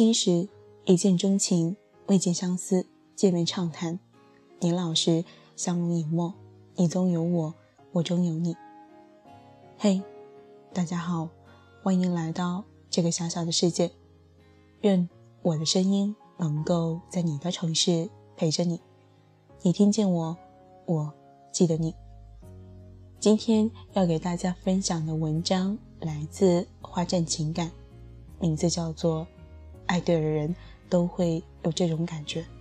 轻时一见钟情，未见相思，见面畅谈；年老时相濡以沫，你中有我，我中有你。嘿，大家好，欢迎来到这个小小的世界，愿我的声音能够在你的城市陪着你，你听见我，我记得你。今天要给大家分享的文章来自花站情感，名字叫做爱对的人都会有这种感觉。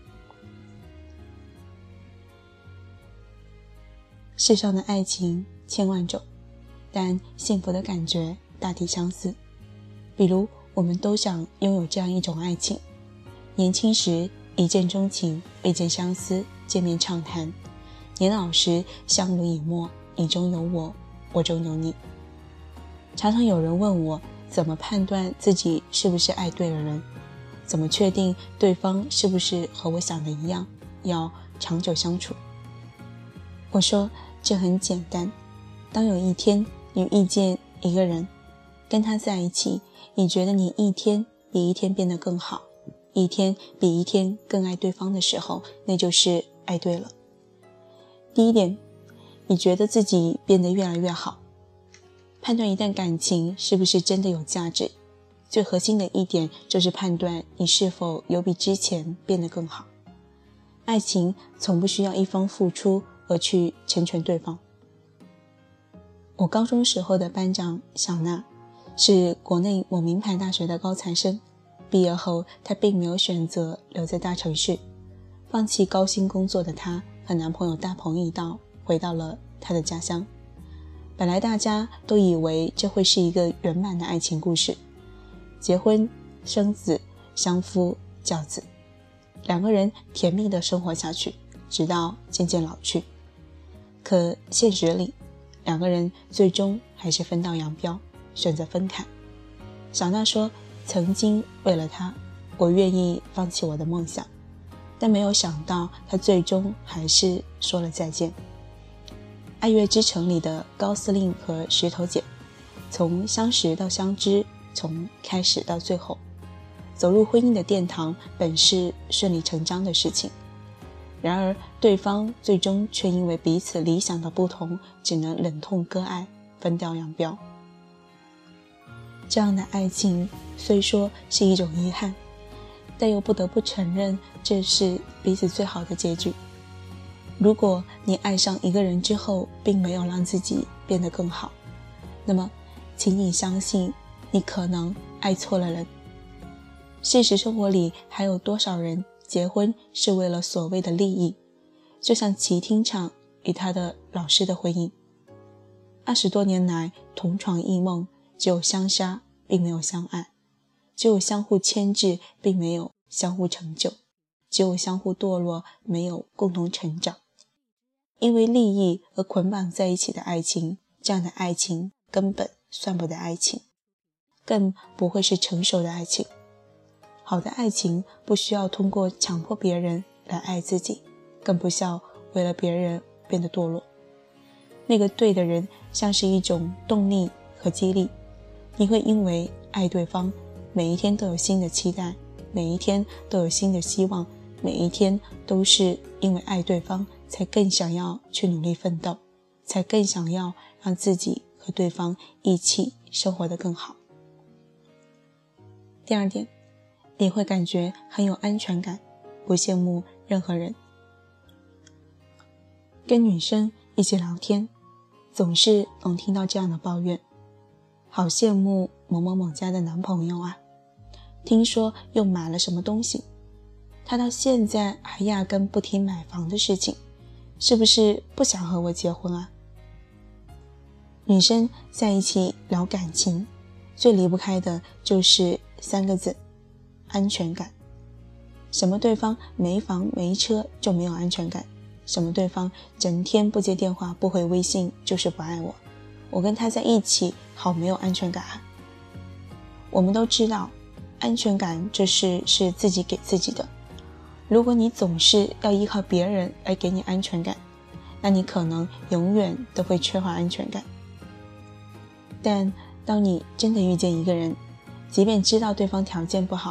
世上的爱情千万种，但幸福的感觉大体相似。比如我们都想拥有这样一种爱情，年轻时一见钟情，未见相思，见面畅谈；年老时相濡以沫，你中有我，我中有你。常常有人问我，怎么判断自己是不是爱对了人？怎么确定对方是不是和我想的一样，要长久相处？我说，这很简单。当有一天你遇见一个人，跟他在一起，你觉得你一天比一天变得更好，一天比一天更爱对方的时候，那就是爱对了。第一点，你觉得自己变得越来越好。判断一段感情是不是真的有价值，最核心的一点就是判断你是否有比之前变得更好。爱情从不需要一方付出而去成全对方。我高中时候的班长小娜是国内某名牌大学的高材生，毕业后她并没有选择留在大城市，放弃高薪工作的她和男朋友大鹏一道回到了她的家乡。本来大家都以为这会是一个圆满的爱情故事，结婚生子相夫教子，两个人甜蜜地生活下去，直到渐渐老去。可现实里，两个人最终还是分道扬镳，选择分开。小娜说，曾经为了他，我愿意放弃我的梦想，但没有想到他最终还是说了再见。爱乐之城里的高司令和石头姐，从相识到相知，从开始到最后，走入婚姻的殿堂本是顺理成章的事情，然而对方最终却因为彼此理想的不同，只能忍痛割爱，分道扬镳。这样的爱情虽说是一种遗憾，但又不得不承认这是彼此最好的结局。如果你爱上一个人之后并没有让自己变得更好，那么请你相信你可能爱错了人。现实生活里还有多少人结婚是为了所谓的利益，就像齐听场与他的老师的婚姻，20多年来同床异梦，只有相杀并没有相爱，只有相互牵制并没有相互成就，只有相互堕落，没有共同成长。因为利益而捆绑在一起的爱情，这样的爱情根本算不得爱情，更不会是成熟的爱情。好的爱情不需要通过强迫别人来爱自己，更不需要为了别人变得堕落。那个对的人像是一种动力和激励，你会因为爱对方，每一天都有新的期待，每一天都有新的希望，每一天都是因为爱对方才更想要去努力奋斗，才更想要让自己和对方一起生活得更好。第二点，你会感觉很有安全感，不羡慕任何人。跟女生一起聊天，总是能听到这样的抱怨，好羡慕某某某家的男朋友啊，听说又买了什么东西，他到现在还压根不提买房的事情，是不是不想和我结婚啊？女生在一起聊感情，最离不开的就是3个字：安全感。什么对方没房没车就没有安全感，什么对方整天不接电话不回微信就是不爱我，我跟他在一起好没有安全感啊。我们都知道，安全感这事是自己给自己的，如果你总是要依靠别人来给你安全感，那你可能永远都会缺乏安全感。但当你真的遇见一个人，即便知道对方条件不好，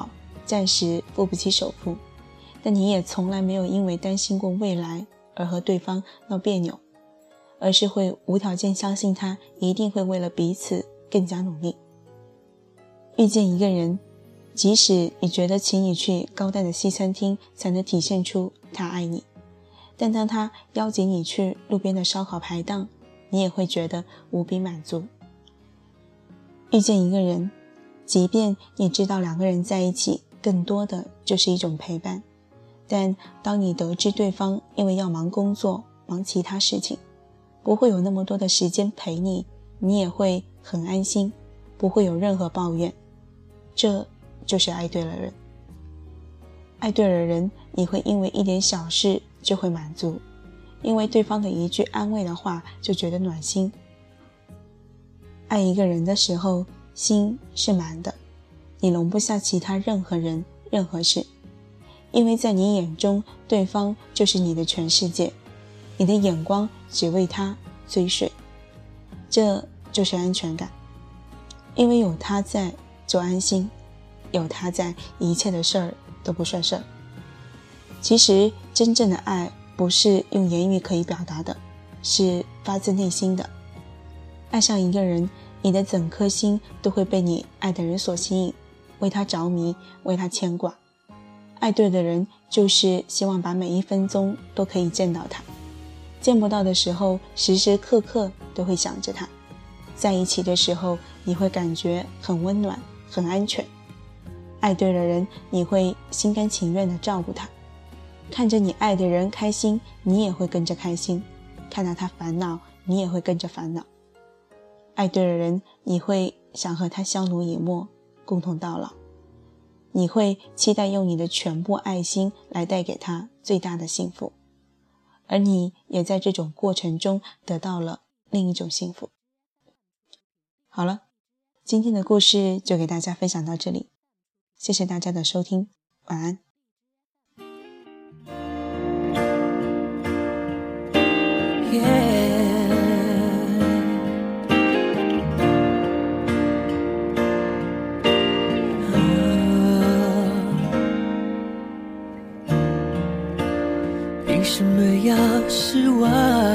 暂时付不起首付，但你也从来没有因为担心过未来而和对方闹别扭，而是会无条件相信他一定会为了彼此更加努力。遇见一个人，即使你觉得请你去高档的西餐厅才能体现出他爱你，但当他邀请你去路边的烧烤排档，你也会觉得无比满足。遇见一个人，即便你知道两个人在一起更多的就是一种陪伴，但当你得知对方因为要忙工作忙其他事情，不会有那么多的时间陪你，你也会很安心，不会有任何抱怨。这就是爱对了人。爱对了人，你会因为一点小事就会满足，因为对方的一句安慰的话就觉得暖心。爱一个人的时候，心是满的，你容不下其他任何人任何事，因为在你眼中，对方就是你的全世界，你的眼光只为他追随。这就是安全感，因为有他在就安心，有他在一切的事儿都不算事儿。其实真正的爱不是用言语可以表达的，是发自内心的。爱上一个人，你的整颗心都会被你爱的人所吸引，为他着迷，为他牵挂。爱对的人，就是希望把每一分钟都可以见到他，见不到的时候时时刻刻都会想着他，在一起的时候你会感觉很温暖很安全。爱对了人，你会心甘情愿地照顾他，看着你爱的人开心，你也会跟着开心，看到他烦恼，你也会跟着烦恼。爱对了人，你会想和他相濡以沫，共同到老，你会期待用你的全部爱心来带给他最大的幸福，而你也在这种过程中得到了另一种幸福。好了，今天的故事就给大家分享到这里，谢谢大家的收听，晚安。 凭什么要失望？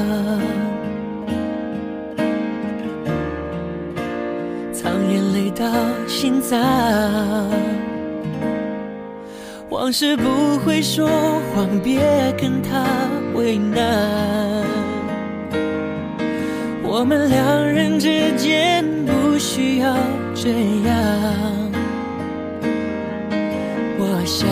藏眼泪到心脏，往事不会说谎，别跟他为难。我们两人之间不需要这样。我想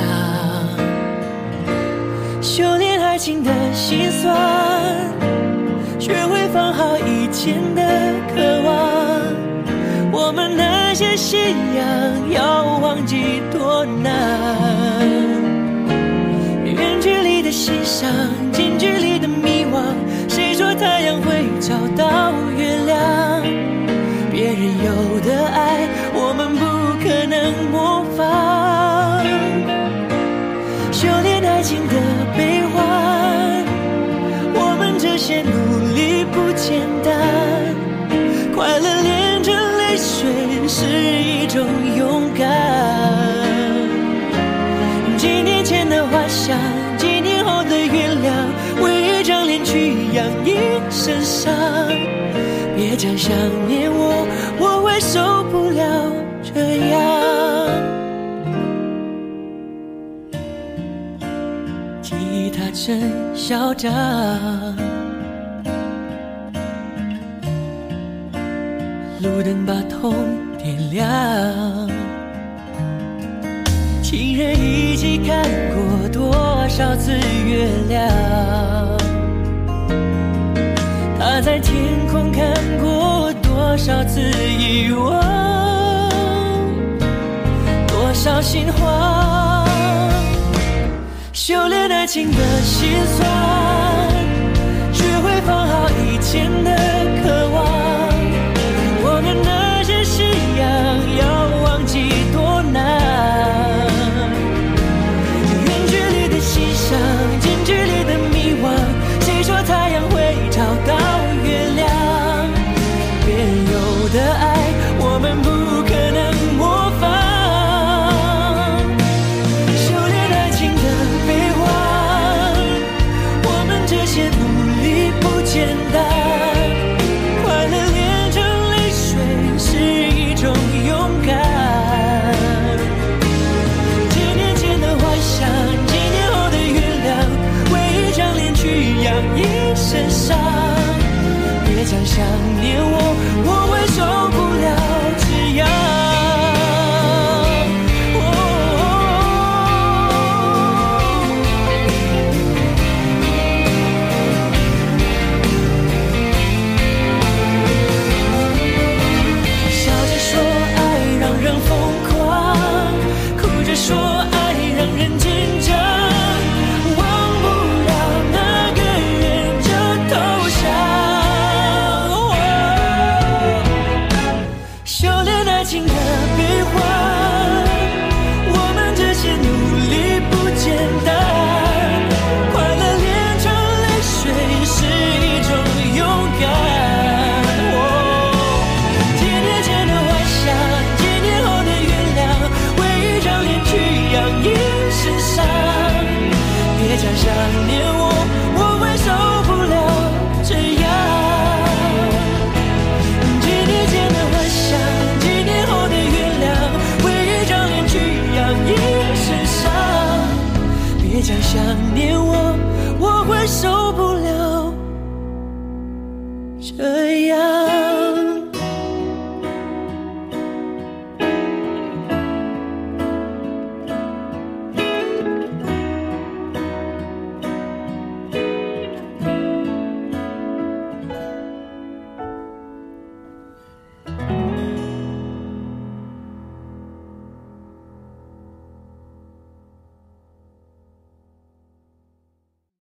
修炼爱情的心酸，学会放好以前的渴望。我们那些信仰要忘记多难，远距离的欣赏，近距离的迷惘。谁说太阳会找到月亮？别人有的爱，我们不可能模仿。修炼爱情的悲欢，我们这些努力不简单。快乐连着泪水是一种勇敢。几年前的花香，几年后的原谅，为一张脸去养一身伤。别讲想念我，我会受不了这样。吉他真嚣张，路灯把痛点亮。情人一起看过多少次月亮？他在天空看过多少次遗忘？多少心慌？修炼爱情的心酸，学会放好以前的渴望。我们那些信仰要忘记多难，远距离的欣赏，近距离的迷惘。谁说太阳会找到月亮？别人有的爱，我们不可能模仿。 些努力不简单，快乐炼成泪水是一种勇敢。几年前的幻想，几年后的原谅，为一张脸去养一身伤。别将想念我